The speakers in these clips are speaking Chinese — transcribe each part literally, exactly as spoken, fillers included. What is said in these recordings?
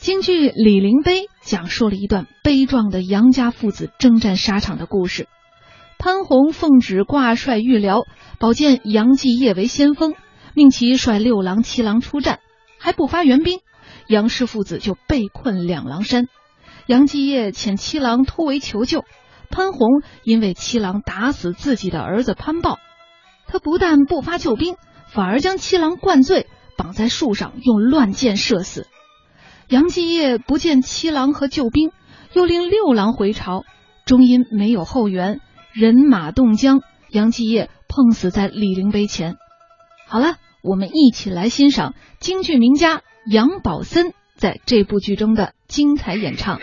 京剧《李陵碑》讲述了一段悲壮的杨家父子征战沙场的故事。潘洪奉旨挂帅御辽，保荐杨继业为先锋，命其率六郎七郎出战，还不发援兵，杨氏父子就被困两郎山。杨继业遣七郎突围求救，潘洪因为七郎打死自己的儿子潘豹，他不但不发救兵，反而将七郎灌醉，绑在树上用乱箭射死。杨继业不见七郎和救兵，又令六郎回朝，终因没有后援，人马冻僵，杨继业碰死在李陵碑前。好了，我们一起来欣赏京剧名家杨宝森在这部剧中的精彩演唱。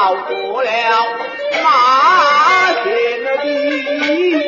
到过了马前的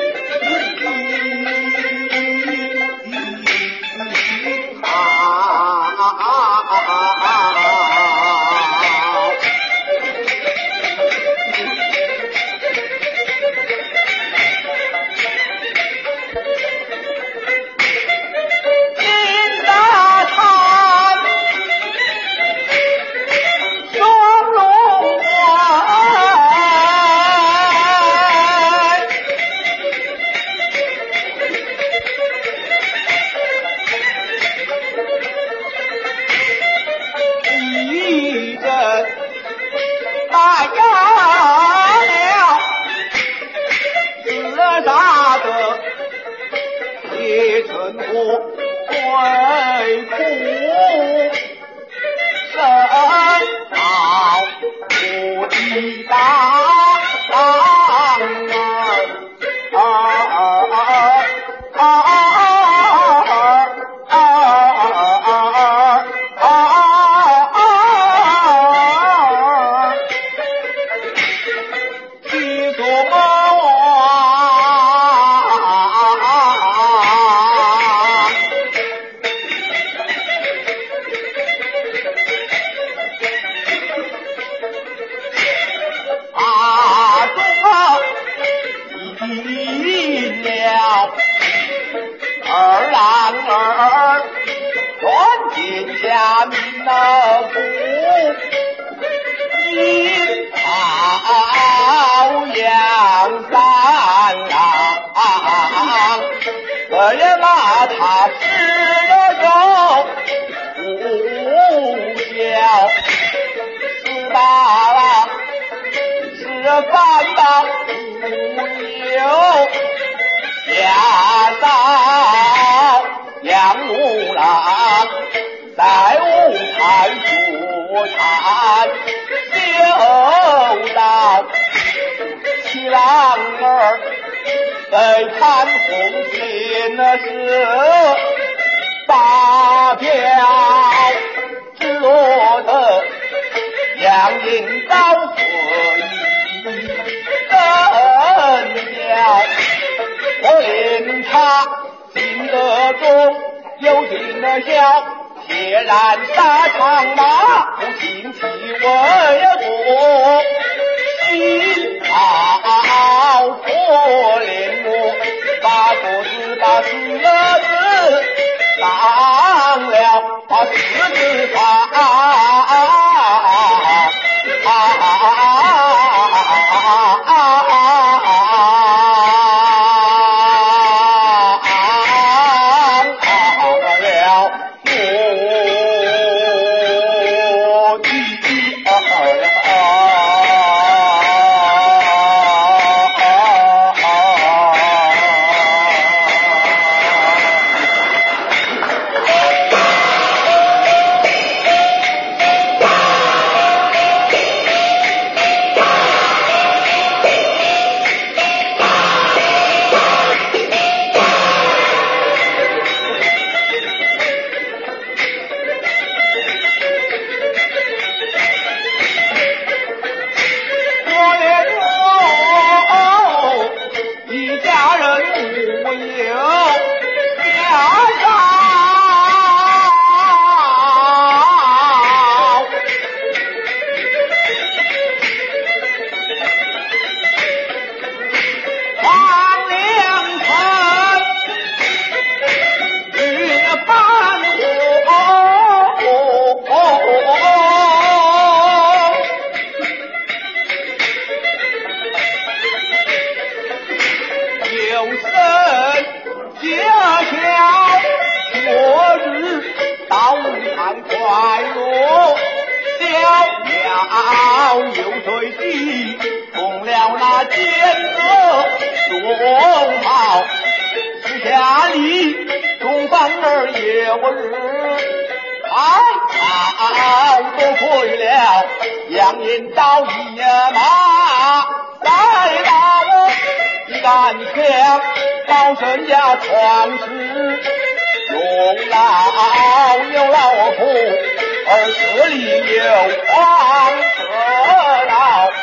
而这里有黄鹤楼。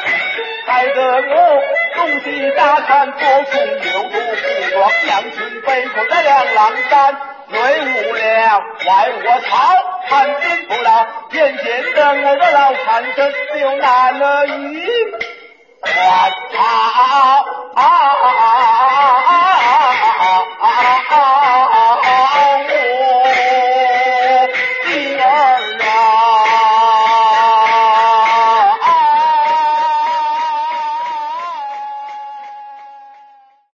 害得我东西大看左冲右度不装，两群北口在两狼山，内无聊外我操，看见不了，眼见的我的老残生，只有男儿一。